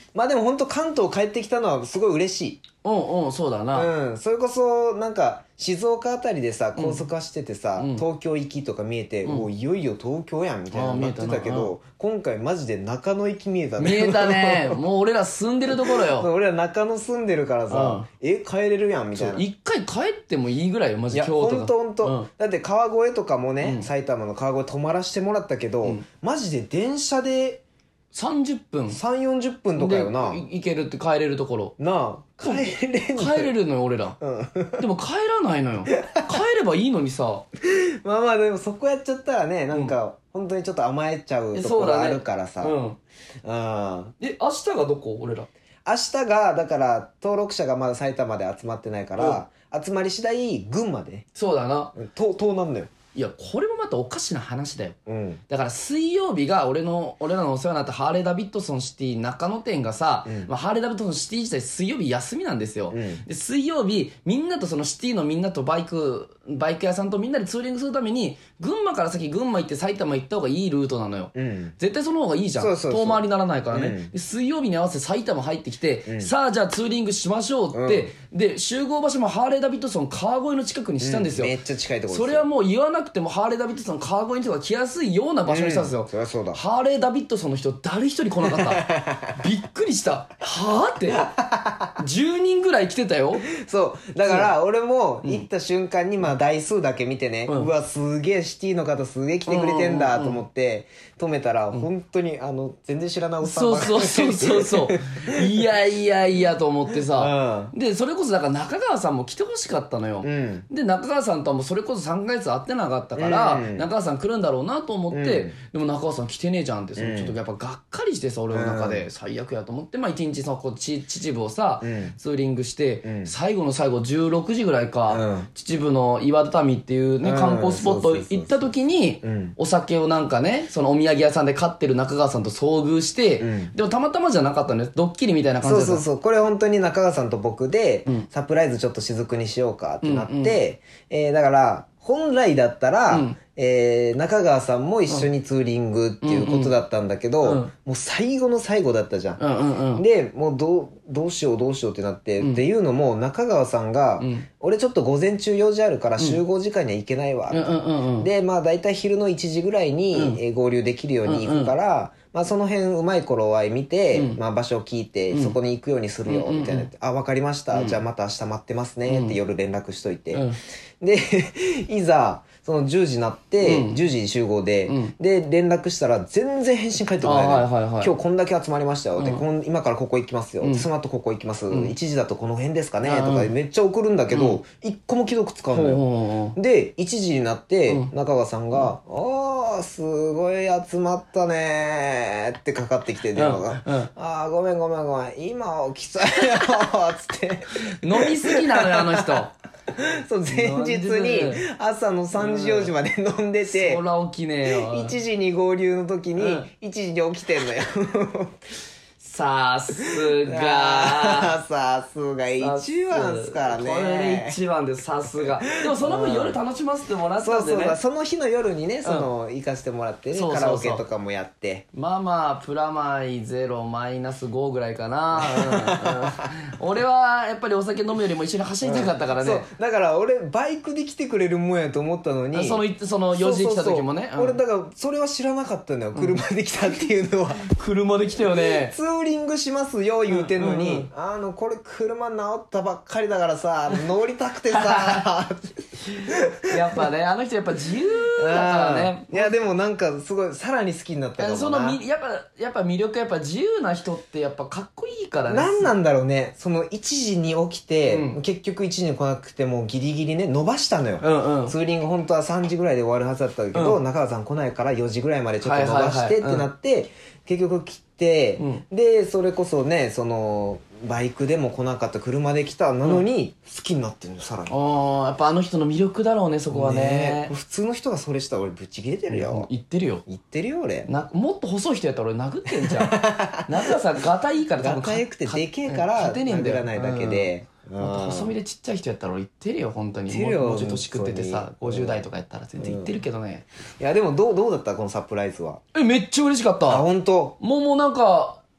[SPEAKER 2] まあでも本当関東帰ってきたのはすごい嬉しい。
[SPEAKER 1] うんうん、そうだな。
[SPEAKER 2] うん、それこそなんか静岡あたりでさ高速走っててさ、
[SPEAKER 1] うん
[SPEAKER 2] 東京行きとか見えて、
[SPEAKER 1] うん
[SPEAKER 2] おういよいよ東京やんみたいな
[SPEAKER 1] あー
[SPEAKER 2] なってたけ
[SPEAKER 1] 見えたな
[SPEAKER 2] ど、今回マジで中野行き見えたね。
[SPEAKER 1] 見えたね。もう俺ら住んでるところ
[SPEAKER 2] そう
[SPEAKER 1] よ。
[SPEAKER 2] 俺ら中野住んでるからさ、え帰れるやんみたいな。
[SPEAKER 1] 一回帰ってもいいぐらいよ、マ
[SPEAKER 2] いや
[SPEAKER 1] ジ京都が。
[SPEAKER 2] ほんとほんと、
[SPEAKER 1] うん
[SPEAKER 2] だって川越とかもね、
[SPEAKER 1] うん
[SPEAKER 2] 埼玉の川越泊まらせてもらったけど、
[SPEAKER 1] うん
[SPEAKER 2] マジで電車で
[SPEAKER 1] さんじゅっぷん
[SPEAKER 2] さんじゅうよんじゅっぷんとかよな。
[SPEAKER 1] でい行けるって帰れるところ。
[SPEAKER 2] なあ帰れんのよ
[SPEAKER 1] 帰れるのよ、俺ら。
[SPEAKER 2] うん
[SPEAKER 1] でも帰らないのよ。帰ればいいのにさ。
[SPEAKER 2] まあまあでもそこやっちゃったらねなんか、本当にちょっと甘えちゃうところあるからさ、
[SPEAKER 1] うん。
[SPEAKER 2] うん
[SPEAKER 1] え、明日がどこ俺ら。
[SPEAKER 2] 明日がだから登録者がまだ埼玉で集まってないから、集まり次第群馬で
[SPEAKER 1] そうだな。
[SPEAKER 2] と遠なんだよ。
[SPEAKER 1] いや、これもまたおかしな話だよ。
[SPEAKER 2] うん
[SPEAKER 1] だから水曜日が俺の俺らのお世話になったハーレー・ダビッドソンシティ中野店がさ、
[SPEAKER 2] うん
[SPEAKER 1] まあ、ハーレー・ダビッドソンシティ自体水曜日休みなんですよ、
[SPEAKER 2] うん
[SPEAKER 1] で水曜日みんなとそのシティのみんなとバイクバイク屋さんとみんなでツーリングするために群馬から先群馬行って埼玉行った方がいいルートなのよ、
[SPEAKER 2] うん
[SPEAKER 1] 絶対その方がいいじゃん
[SPEAKER 2] そうそうそう
[SPEAKER 1] 遠回りにならないからね、
[SPEAKER 2] うん
[SPEAKER 1] で水曜日に合わせて埼玉入ってきて、
[SPEAKER 2] うん
[SPEAKER 1] さあじゃあツーリングしましょうって、で集合場所もハーレー・ダビッドソン川越の近くにしたんですよ、
[SPEAKER 2] めっちゃ近いところです
[SPEAKER 1] それはもう言わなくてもハーレー・ダビッドソン川越に人が来やすいような場所にしたんですよ、
[SPEAKER 2] うんそりゃそうだ。
[SPEAKER 1] ハーレー・ダビッドソンの人誰一人来なかったびっくりしたはあってじゅうにんぐらい来てたよ
[SPEAKER 2] そうだから俺も行った瞬間にまあ台数だけ見てね、
[SPEAKER 1] う
[SPEAKER 2] うんわすげえシティの方すげえ来てくれてんだと思って止めたら、本当にあの全然知らないおっさん
[SPEAKER 1] そう
[SPEAKER 2] ばっかり
[SPEAKER 1] そうそうそうそういやいやいやと思ってさ、でそれこそだから中川さんも来てほしかったのよ、
[SPEAKER 2] うん
[SPEAKER 1] で中川さんとはもうそれこそさんかげつ会ってなかったから、
[SPEAKER 2] うん
[SPEAKER 1] 中川さん来るんだろうなと思って、
[SPEAKER 2] うん
[SPEAKER 1] でも中川さん来てねえじゃんってその
[SPEAKER 2] うん
[SPEAKER 1] ちょっとやっぱがっかりしてさ俺の中で最悪やと思って、まあ一日そこち秩父をさ、
[SPEAKER 2] うん
[SPEAKER 1] ツーリングして、
[SPEAKER 2] うん
[SPEAKER 1] 最後の最後じゅうろくじぐらいか、
[SPEAKER 2] うん
[SPEAKER 1] 秩父の岩畳っていうね、
[SPEAKER 2] うん
[SPEAKER 1] 観光スポット
[SPEAKER 2] そうそうそうそう
[SPEAKER 1] 行った時に、
[SPEAKER 2] うん
[SPEAKER 1] お酒をなんかねそのお土産屋さんで買ってる中川さんと遭遇して、
[SPEAKER 2] うん
[SPEAKER 1] でもたまたまじゃなかったのよドッキリみたいな感じだった
[SPEAKER 2] そうそうそうこれ本当に中川さんと僕で、
[SPEAKER 1] うん
[SPEAKER 2] サプライズちょっと雫にしようかってなって、
[SPEAKER 1] うんうん
[SPEAKER 2] えーだから本来だったら、
[SPEAKER 1] うん
[SPEAKER 2] えー中川さんも一緒にツーリングっていうことだったんだけど、
[SPEAKER 1] うんうん
[SPEAKER 2] もう最後の最後だったじゃん、
[SPEAKER 1] うんうんうん
[SPEAKER 2] でもうどうどうしようどうしようってなって、
[SPEAKER 1] うん
[SPEAKER 2] っていうのも中川さんが、
[SPEAKER 1] うん
[SPEAKER 2] 俺ちょっと午前中用事あるから集合時間には行けないわ、
[SPEAKER 1] うんうんうんうん
[SPEAKER 2] でまあ大体昼のいちじぐらいに、
[SPEAKER 1] うん
[SPEAKER 2] えー合流できるように行くから、まあ、その辺うまい頃合い見て、
[SPEAKER 1] うん
[SPEAKER 2] まあ、場所を聞いて、
[SPEAKER 1] うん
[SPEAKER 2] そこに行くようにするよ、
[SPEAKER 1] うん
[SPEAKER 2] みたいな、あ分かりました、
[SPEAKER 1] うん
[SPEAKER 2] じゃあまた明日待ってますねって夜連絡しといて、
[SPEAKER 1] うん
[SPEAKER 2] でいざそのじゅうじになって、
[SPEAKER 1] うん
[SPEAKER 2] じゅうじ集合で、
[SPEAKER 1] うん
[SPEAKER 2] で連絡したら全然返信返ってこないのよ、
[SPEAKER 1] あはいはいはい
[SPEAKER 2] 今日こんだけ集まりましたよ、で
[SPEAKER 1] うん
[SPEAKER 2] こん今からここ行きますよ、
[SPEAKER 1] うん
[SPEAKER 2] その後ここ行きます、
[SPEAKER 1] ん
[SPEAKER 2] いちじだとこの辺ですかね、
[SPEAKER 1] うん
[SPEAKER 2] とかめっちゃ送るんだけ
[SPEAKER 1] うん
[SPEAKER 2] ど一、個も既読つかんのよ、
[SPEAKER 1] ほうほうほう
[SPEAKER 2] でいちじになって、
[SPEAKER 1] うん
[SPEAKER 2] 中川さんが「ああすごい集まったね」ってかかってきて電話が「
[SPEAKER 1] うんうん
[SPEAKER 2] ああごめんごめんごめん今起きたよ」つって
[SPEAKER 1] 飲みすぎなのよあの人
[SPEAKER 2] そう前日に朝のさんじよじまで飲んでて、
[SPEAKER 1] そら起きねえよ
[SPEAKER 2] いちじに合流の時に
[SPEAKER 1] うん
[SPEAKER 2] いちじに起きてんのよ
[SPEAKER 1] さすが
[SPEAKER 2] あーさすが一番っすから
[SPEAKER 1] これ
[SPEAKER 2] ね
[SPEAKER 1] 一番ですさすがでもその分夜楽しませてもらった
[SPEAKER 2] そうんそう
[SPEAKER 1] でね
[SPEAKER 2] だその日の夜にねその、行かせてもらってね
[SPEAKER 1] そうそうそう
[SPEAKER 2] カラオケとかもやって
[SPEAKER 1] まあまあプラマイゼロマイナスごぐらいかな、うんうん、俺はやっぱりお酒飲むよりも一緒に走りたかったからね、
[SPEAKER 2] そうだから俺バイクで来てくれるもんやと思ったのに
[SPEAKER 1] そのそのよじ来た時もね
[SPEAKER 2] そうそうそう
[SPEAKER 1] うん
[SPEAKER 2] 俺だからそれは知らなかったのよ、車で来たっていうのは
[SPEAKER 1] 車で来たよね
[SPEAKER 2] ツーリングしますよ言うてんのに、
[SPEAKER 1] うんうんうん
[SPEAKER 2] あのこれ車直ったばっかりだからさ乗りたくてさ
[SPEAKER 1] やっぱねあの人やっぱ自由だからね
[SPEAKER 2] いやでもなんかすごいさらに好きになったかもな
[SPEAKER 1] そのみやっぱやっぱ魅力やっぱ自由な人ってやっぱかっこいいからね
[SPEAKER 2] 何なんだろうねそのいちじに起きて、
[SPEAKER 1] うん
[SPEAKER 2] 結局いちじに来なくてもギリギリね伸ばしたのよ、
[SPEAKER 1] うんうん
[SPEAKER 2] ツーリング本当はさんじぐらいで終わるはずだったけど、
[SPEAKER 1] うん
[SPEAKER 2] 中川さん来ないからよじぐらいまでちょっと伸ばして
[SPEAKER 1] はいはいはい
[SPEAKER 2] ってなって、結局来て、
[SPEAKER 1] う
[SPEAKER 2] でそれこそねそのバイクでも来なかった車で来たなのに好きになってるのさらに、
[SPEAKER 1] あーやっぱあの人の魅力だろうねそこはね
[SPEAKER 2] え普通の人がそれしたら俺ぶち切れてるよ、
[SPEAKER 1] 言ってるよ
[SPEAKER 2] 言ってるよ俺
[SPEAKER 1] なもっと細い人やったら俺殴ってんじゃん中田さんガタいいから多分
[SPEAKER 2] ガタ良くてでけえか
[SPEAKER 1] うん
[SPEAKER 2] ら
[SPEAKER 1] 勝てねえんだよ
[SPEAKER 2] 殴らないだけで、
[SPEAKER 1] うんもっと細身でちっちゃい人やったら俺言ってるよ本当に
[SPEAKER 2] 言ってるよ
[SPEAKER 1] もうもうちょっと年食っててさ
[SPEAKER 2] 本当に
[SPEAKER 1] ごじゅう代とかやったら全然言ってるけどね、
[SPEAKER 2] いやでもどうどうだったこのサプライズは。
[SPEAKER 1] えめっちゃ嬉しかった
[SPEAKER 2] あ本当。
[SPEAKER 1] もうもうなんか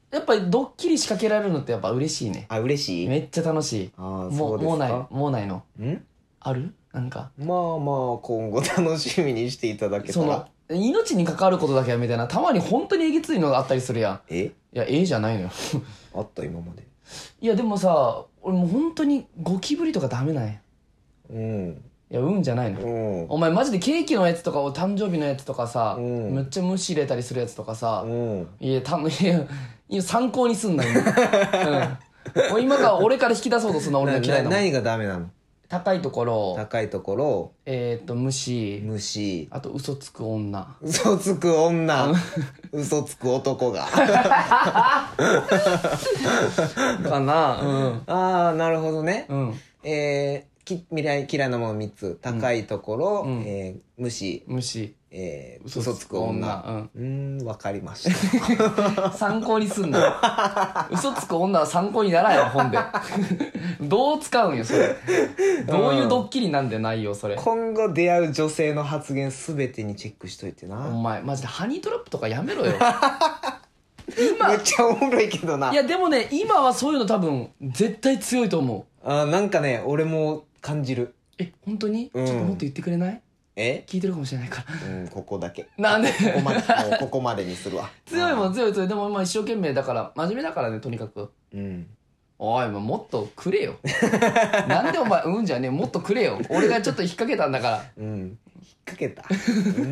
[SPEAKER 1] やっぱりドッキリ仕掛けられるのってやっぱ嬉しいね。
[SPEAKER 2] あ、嬉しい。
[SPEAKER 1] めっちゃ楽しい。
[SPEAKER 2] ああ、
[SPEAKER 1] も
[SPEAKER 2] そうですか。
[SPEAKER 1] もうない、もうないの。
[SPEAKER 2] ん
[SPEAKER 1] あるなんか。
[SPEAKER 2] まあまあ、今後楽しみにしていただけた
[SPEAKER 1] その
[SPEAKER 2] ら。、
[SPEAKER 1] 命に関わることだけはみたいな、たまに本当にえげついのがあったりするやん。
[SPEAKER 2] え
[SPEAKER 1] いや、ええじゃないのよ。
[SPEAKER 2] あった今まで。
[SPEAKER 1] いや、でもさ、俺もう本当にゴキブリとかダメなんや。
[SPEAKER 2] うん。
[SPEAKER 1] いや、うんじゃないの。
[SPEAKER 2] うん。
[SPEAKER 1] お前マジでケーキのやつとかを誕生日のやつとかさ、
[SPEAKER 2] うん
[SPEAKER 1] めっちゃ虫入れたりするやつとかさ、
[SPEAKER 2] うん。
[SPEAKER 1] いや、たいや、いや参考にすんな、今。うん。俺今から俺から引き出そうとすんな、俺の嫌いなもん。
[SPEAKER 2] 何がダメなの？
[SPEAKER 1] 高いところ、
[SPEAKER 2] 高いところ、
[SPEAKER 1] えーっと、虫、
[SPEAKER 2] 虫、
[SPEAKER 1] あと嘘つく女。
[SPEAKER 2] 嘘つく女、嘘つく男が。
[SPEAKER 1] かな。うん。
[SPEAKER 2] ああ、なるほどね。
[SPEAKER 1] うん。
[SPEAKER 2] えー、き未来嫌いなものみっつ。高いところ、
[SPEAKER 1] うん
[SPEAKER 2] えー、虫、
[SPEAKER 1] 虫。
[SPEAKER 2] えー、
[SPEAKER 1] 嘘
[SPEAKER 2] 嘘つく
[SPEAKER 1] つく女
[SPEAKER 2] 女。うーん、わかりました。
[SPEAKER 1] 参考にすんな。嘘つく女は参考にならんよ、本で。どう使うんよ、それ。どういうドッキリなんでないよ、それ。
[SPEAKER 2] 今後出会う女性の発言すべてにチェックしといてな。
[SPEAKER 1] お前、マジでハニートラップとかやめろよ。
[SPEAKER 2] めっちゃおもろいけどな。
[SPEAKER 1] いや、でもね、今はそういうの多分、絶対強いと思う。
[SPEAKER 2] あーなんかね、俺も感じる。
[SPEAKER 1] え、本当に、
[SPEAKER 2] うん
[SPEAKER 1] ちょっともっと言ってくれない？
[SPEAKER 2] え
[SPEAKER 1] 聞いてるかもしれないから。
[SPEAKER 2] うん、ここだけ。
[SPEAKER 1] なんで？
[SPEAKER 2] ここまで、もうここまでにするわ。
[SPEAKER 1] 強いも
[SPEAKER 2] ん。
[SPEAKER 1] ん強い強い。でもまあ一生懸命だから、真面目だからね、とにかく。
[SPEAKER 2] うん。
[SPEAKER 1] おい、もうもっとくれよ。なんでお前、うんじゃねえ、もっとくれよ。俺がちょっと引っ掛けたんだから。
[SPEAKER 2] うん。引っ掛けた。うん。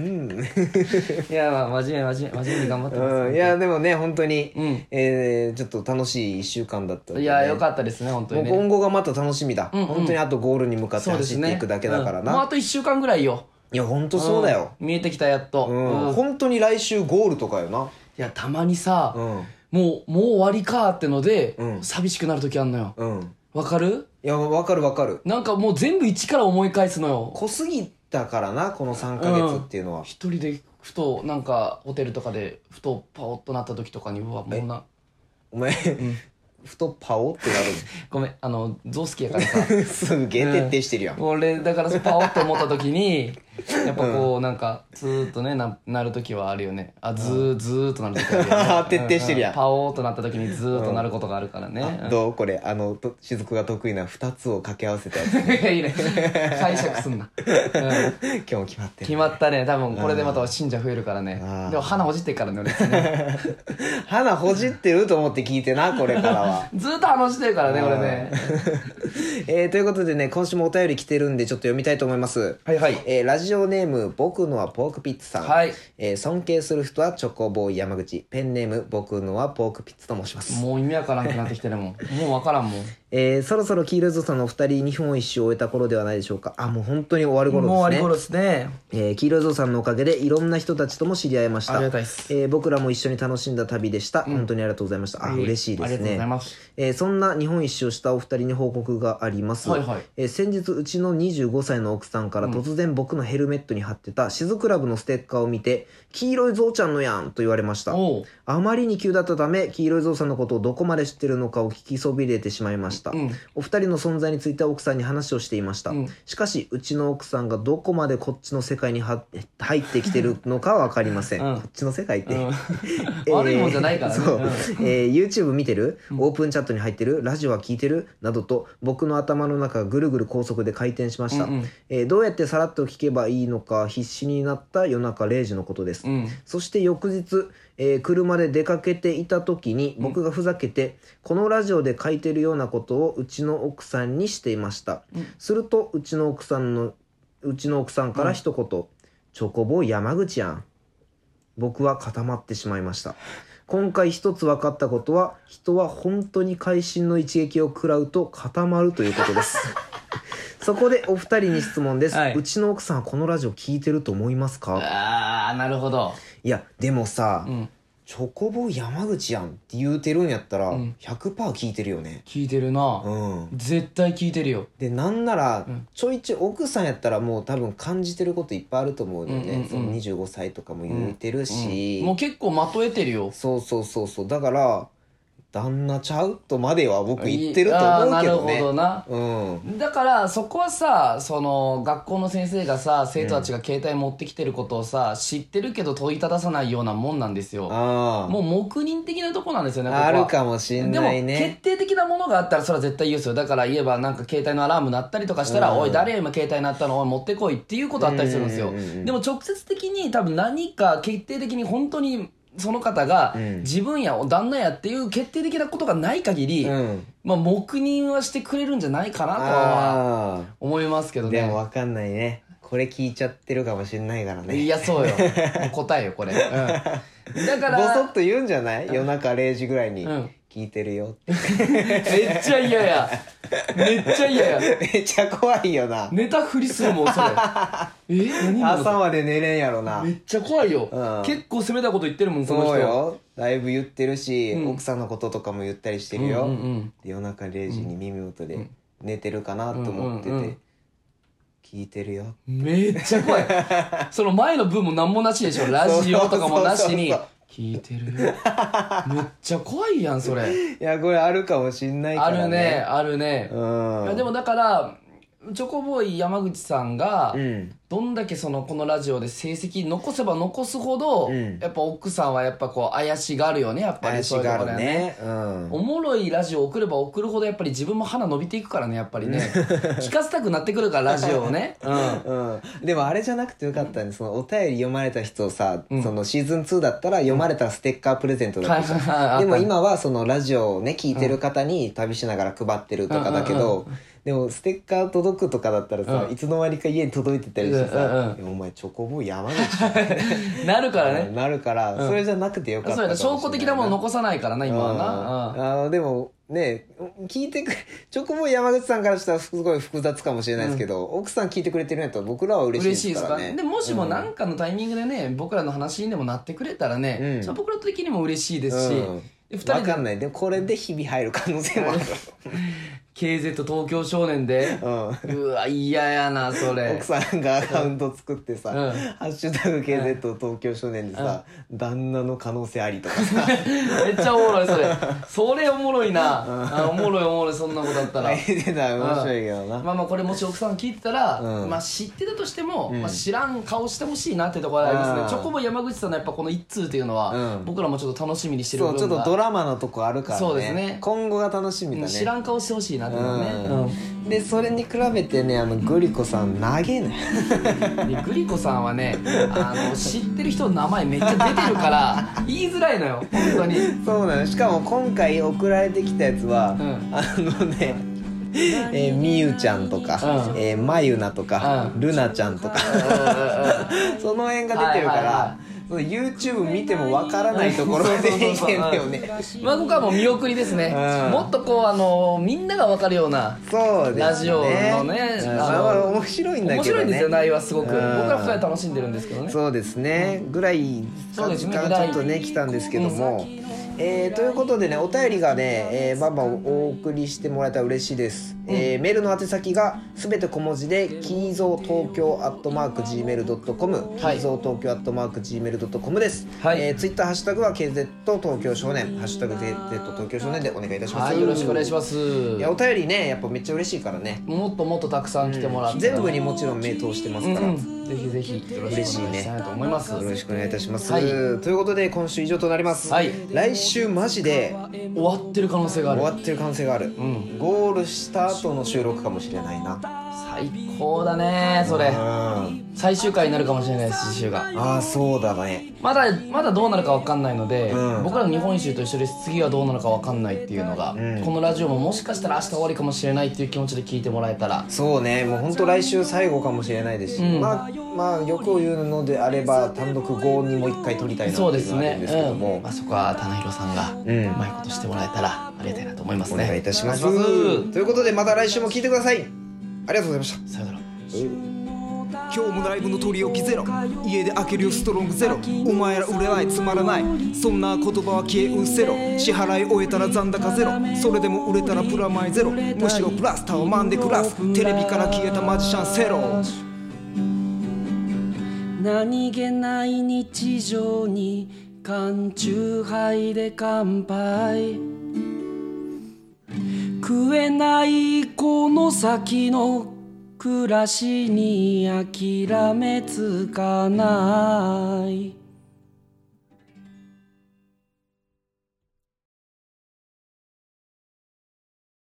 [SPEAKER 1] いや、まあ、真面目、真面目、真面目に頑張ってます。
[SPEAKER 2] うん、いや、でもね、本当に、
[SPEAKER 1] うん
[SPEAKER 2] えー、ちょっと楽しい一週間だったんでね、
[SPEAKER 1] いや、よかったですね、本当にね。
[SPEAKER 2] もう今後がまた楽しみだ。
[SPEAKER 1] うんうん
[SPEAKER 2] 本当にあとゴールに向かって
[SPEAKER 1] そうですね。
[SPEAKER 2] 走っていくだけだからな。
[SPEAKER 1] うんもうあといっしゅうかんぐらいよ。
[SPEAKER 2] いや、本当そうだよ。
[SPEAKER 1] うん見えてきた、やっと。
[SPEAKER 2] うん。
[SPEAKER 1] うんい
[SPEAKER 2] 本当に来週ゴールとかよな。
[SPEAKER 1] や、たまにさ、
[SPEAKER 2] うん。
[SPEAKER 1] もう、もう終わりかってので、
[SPEAKER 2] うん
[SPEAKER 1] 寂しくなる時あんのよ。
[SPEAKER 2] うん。
[SPEAKER 1] わかる？
[SPEAKER 2] いや、わかるわかる。
[SPEAKER 1] なんかもう全部一から思い返すのよ。
[SPEAKER 2] 濃すぎたからな、このさんかげつっていうのは。
[SPEAKER 1] 一人でふとなんかホテルとかでふとパオッとなった時とかにうわもうな
[SPEAKER 2] お前、ふとパオってな
[SPEAKER 1] ごめんあのゾウ好きやからさ
[SPEAKER 2] る。すげえ徹底してるやん。
[SPEAKER 1] 俺だからパオッと思った時にやっぱこうなんかずーっとねななる時はあるよねあずーずーっとなる時あるよね
[SPEAKER 2] 徹底してるやん
[SPEAKER 1] ううパオッとなった時にずーっとなることがあるからね、
[SPEAKER 2] あどうこれ、あの、と雫が得意なふたつを掛け合わせたやつ。
[SPEAKER 1] いやいいね解釈すんな、うん
[SPEAKER 2] 今日も決まってる。
[SPEAKER 1] 決まったね多分これでまた信者増えるからね
[SPEAKER 2] あー
[SPEAKER 1] でも鼻ほじってっからね俺ね
[SPEAKER 2] 鼻ほじってると思って聞いてな、これからは。
[SPEAKER 1] ずーっと鼻ほじってるからねこれね
[SPEAKER 2] えー、ということでね、今週もお便り来てるんで、ちょっと読みたいと思います。
[SPEAKER 1] はいはい
[SPEAKER 2] えー、ラジオネーム、僕のはポークピッツさん。
[SPEAKER 1] はい
[SPEAKER 2] えー、尊敬する人はチョコボーイ山口。ペンネーム、僕のはポークピッツと申します。
[SPEAKER 1] もう意味わからんくなってきてるもんもうわからんもん
[SPEAKER 2] えー、そろそろ黄色いぞさんのお二人、日本一周を終えた頃ではないでしょうか。あ、もう本当に終わる頃ですね。
[SPEAKER 1] もう終わり頃ですね
[SPEAKER 2] えー、黄色いぞうさんのおかげでいろんな人たちとも知り合いました。
[SPEAKER 1] ありがたいです
[SPEAKER 2] えー僕らも一緒に楽しんだ旅でした。本当にありがとうございました。あ、嬉しいですね。
[SPEAKER 1] ありがとうございます
[SPEAKER 2] えーそんな日本一周をしたお二人に報告があります。
[SPEAKER 1] はいはい
[SPEAKER 2] えー先日、うちのにじゅうごさいの奥さんから突然僕のヘルメットに貼ってたシズクラブのステッカーを見て、黄色いぞうちゃんのやんと言われました。
[SPEAKER 1] おう
[SPEAKER 2] あまりに急だったため、黄色いぞうさんのことをどこまで知ってるのかを聞きそびれてしまいました。
[SPEAKER 1] うん
[SPEAKER 2] お二人の存在については奥さんに話をしていました。
[SPEAKER 1] うん
[SPEAKER 2] しかし、うちの奥さんがどこまでこっちの世界には入ってきてるのかはわかりません。
[SPEAKER 1] うん
[SPEAKER 2] こっちの世界って。
[SPEAKER 1] うん
[SPEAKER 2] えー
[SPEAKER 1] 悪いもんじゃないからね
[SPEAKER 2] そう、
[SPEAKER 1] うん
[SPEAKER 2] えー YouTube 見てる、オープンチャットに入ってる、ラジオは聞いてるなどと僕の頭の中がぐるぐる高速で回転しました、
[SPEAKER 1] うんうん
[SPEAKER 2] えーどうやってさらっと聞けばいいのか必死になった夜中れいじのことです、
[SPEAKER 1] うん
[SPEAKER 2] そして翌日、えー車で出かけていた時に僕がふざけて、このラジオで書いてるようなことをうちの奥さんにしていました、するとうちの奥さんのうちの奥さんから一言、チョコボーイ山口やん。僕は固まってしまいました。今回一つ分かったことは、人は本当に会心の一撃を食らうと固まるということですそこでお二人に質問です、
[SPEAKER 1] はいう
[SPEAKER 2] ちの奥さんはこのラジオ聞いてると思いますか？
[SPEAKER 1] ああなるほど
[SPEAKER 2] いやでもさ、
[SPEAKER 1] うん
[SPEAKER 2] チョコボーイ山口やんって言うてるんやったら、
[SPEAKER 1] ん
[SPEAKER 2] ひゃくパーセント 聞いてるよね。
[SPEAKER 1] 聞いてるな、
[SPEAKER 2] うん
[SPEAKER 1] 絶対聞いてるよ
[SPEAKER 2] でなんなら、
[SPEAKER 1] ん
[SPEAKER 2] ちょいちょい奥さんやったらもう多分感じてることいっぱいあると思うのよね、
[SPEAKER 1] うんうんうん
[SPEAKER 2] そのにじゅうごさいとかも言うてるし、
[SPEAKER 1] もう結構まとえてるよ
[SPEAKER 2] そうそうそうそうだから旦那ちゃうとまでは僕言ってると思うけどね。
[SPEAKER 1] なるほどな、
[SPEAKER 2] うん、
[SPEAKER 1] だからそこはさ、その学校の先生がさ生徒たちが携帯持ってきてることをさ、うん、知ってるけど問いたださないようなもんなんですよ。あ、もう黙認的なとこなんですよね、ここは。
[SPEAKER 2] あるかもしんないね。
[SPEAKER 1] でも決定的なものがあったらそれは絶対言うんですよ。だから言えばなんか携帯のアラーム鳴ったりとかしたら、うん、おい誰今携帯鳴ったの、おい持ってこいっていうことあったりするんですよ。でも直接的に多分何か決定的に本当にその方が自分や旦那やっていう決定的なことがない限り、うん、まあ黙認はしてくれるんじゃないかなとは思いますけどね。
[SPEAKER 2] でも分かんないね、これ聞いちゃってるかもしれないからね。
[SPEAKER 1] いやそうよ、もう答えよこれ、うん、だから
[SPEAKER 2] ボソッと言うんじゃない、夜中れいじぐらいに、うん、聞いてるよって
[SPEAKER 1] めっちゃ嫌やめっちゃ嫌や
[SPEAKER 2] めっちゃ怖いよな。
[SPEAKER 1] ネタ振りするもんそれえ何
[SPEAKER 2] 朝まで寝れんやろな。
[SPEAKER 1] めっちゃ怖いよ、うん、結構攻めたこと言ってるもんこの人。
[SPEAKER 2] そうよ、だいぶ言ってるし、うん、奥さんのこととかも言ったりしてるよ、うんうんうん、で夜中れいじに耳元で寝てるかなと思ってて、うんうんうん、聞いてるよ。
[SPEAKER 1] めっちゃ怖いその前の文も何もなしでしょ、ラジオとかもなしに聞いてるよめっちゃ怖いやんそれ。
[SPEAKER 2] いやこれあるかもしんないからね。
[SPEAKER 1] あるねあるね、うん、いやでもだからチョコボーイ山口さんがどんだけそのこのラジオで成績残せば残すほど、うん、やっぱ奥さんはやっぱこう怪しがるよね、やっぱり。
[SPEAKER 2] 怪しがるね、うん、
[SPEAKER 1] おもろいラジオ送れば送るほどやっぱり自分も鼻伸びていくからね、やっぱりね聞かせたくなってくるからラジオをね、うん
[SPEAKER 2] うん、でもあれじゃなくてよかったね、そのお便り読まれた人をさ、うん、そのシーズンツーだったら読まれたらステッカープレゼントだったじゃん、でも今はそのラジオをね聞いてる方に旅しながら配ってるとかだけど、うんうんうんうん、でもステッカー届くとかだったらさ、うん、いつの間にか家に届いてたりしてさ、うんうん、お前チョコボーイ山口
[SPEAKER 1] なるからね
[SPEAKER 2] なるから、うん、それじゃなくてよかったかもしれないな。
[SPEAKER 1] 証拠的なもの残さないからな今はな、
[SPEAKER 2] うん、あでもね聞いてくれチョコボーイ山口さんからしたらすごい複雑かもしれないですけど、うん、奥さん聞いてくれてるんやったら僕らは嬉しいですからね。
[SPEAKER 1] 嬉しいですか。でもしも何かのタイミングでね、うん、僕らの話にでもなってくれたらね、うん、僕ら的にも嬉しいですし、うん
[SPEAKER 2] ふたりで分かんない。でもこれで日々入る可能性もある
[SPEAKER 1] ケーゼット 東京少年で、うん、うわ嫌やなそれ。
[SPEAKER 2] 奥さんがアカウント作ってさ「うん、ハッシュタグ ケーゼット 東京少年」でさ、うん、旦那の可能性ありとかさ
[SPEAKER 1] めっちゃおもろいそれそれおもろいな、うん、あおもろいおもろいそんなことあったら
[SPEAKER 2] 書いてたら面白いけどな、
[SPEAKER 1] うん、まあまあこれもし奥さん聞いてたら、うん、まあ知ってたとしても、うんまあ、知らん顔してほしいなってところがありますね。チョコボ山口さんのやっぱこの一通っていうのは、うん、僕らもちょっと楽しみにしてる部分が
[SPEAKER 2] そうちょっとドラマのとこあるからね。
[SPEAKER 1] そうですね、
[SPEAKER 2] 今後が楽しみだね。
[SPEAKER 1] 知らん顔してほしいなっていうのはね、うん
[SPEAKER 2] うん、でそれに比べてねあのグリコさん投げない
[SPEAKER 1] グリコさんはねあの知ってる人の名前めっちゃ出てるから言いづらいのよ本当に。
[SPEAKER 2] そうなの。しかも今回送られてきたやつは、うん、あのねえー、みゆちゃんとか、うんえー、まゆなとか、うん、ルナちゃんとかその辺が出てるから、はいはいはい、YouTube 見てもわからないところでいけんだよね。
[SPEAKER 1] まあここはもう見送りですね、うん、もっとこうあのみんながわかるようなラジオのね、
[SPEAKER 2] うん、あの面白いんだけどね。
[SPEAKER 1] 面白いんですよ内容はすごく、うん、僕らふたり楽しんでるんですけどね。
[SPEAKER 2] そうですね、ぐらい感じからちょっとね来たんですけども、えー、ということでねお便りがね、えー、バンバンお送りしてもらえたら嬉しいです、うんえー、メールの宛先がすべて小文字でキーゾー東京アットマーク ジーメールドットコム、はい、キーゾー東京アットマーク ジーメールドットコム です、はいえー、ツイッターハッシュタグは ケーゼット 東京少年ハッシュタグ ケーゼット 東京少年でお願いいたします。
[SPEAKER 1] はいよろしくお願いします。
[SPEAKER 2] いやお便りねやっぱめっちゃ嬉しいからね、
[SPEAKER 1] もっともっとたくさん来てもらって、うん、
[SPEAKER 2] 全部にもちろん目通してますから、うんうん、
[SPEAKER 1] ぜひぜひよろしくお願いしたいと思います。
[SPEAKER 2] よろしくお願いいたします、はい、ということで今週以上となります、はい、来週マジで
[SPEAKER 1] 終わってる可能性がある
[SPEAKER 2] 終わってる可能性がある、うん、ゴールした後の収録かもしれないな。
[SPEAKER 1] 最高だねそれ、うん、最終回になるかもしれないです次週が。
[SPEAKER 2] ああそうだね。
[SPEAKER 1] まだまだどうなるか分かんないので、うん、僕らの日本一周と一緒です。次はどうなるか分かんないっていうのが、うん、このラジオももしかしたら明日終わりかもしれないっていう気持ちで聞いてもらえたら。
[SPEAKER 2] そうねもう本当来週最後かもしれないですし、うん、まあまあ欲を言うのであれば単独ごにもう一回撮りたいなっていうのがあるんですけども、
[SPEAKER 1] うん、あそこは棚広さんがうまいことしてもらえたらありがたいなと思いますね。
[SPEAKER 2] お願いいたします。ということでまた来週も聞いてください。ありがとうございました。
[SPEAKER 1] さよなら。
[SPEAKER 2] 今日もライブの取り置きゼロ、家で開けるよストロングゼロ、お前ら売れないつまらないそんな言葉は消えうせろ、支払い終えたら残高ゼロ、それでも売れたらプラマイゼロ、むしろプラスタワマンで暮らす、テレビから消えたマジシャンセロ。
[SPEAKER 1] 何気ない日常に缶チューハイで乾杯食えないこの先の暮らしに諦めつかない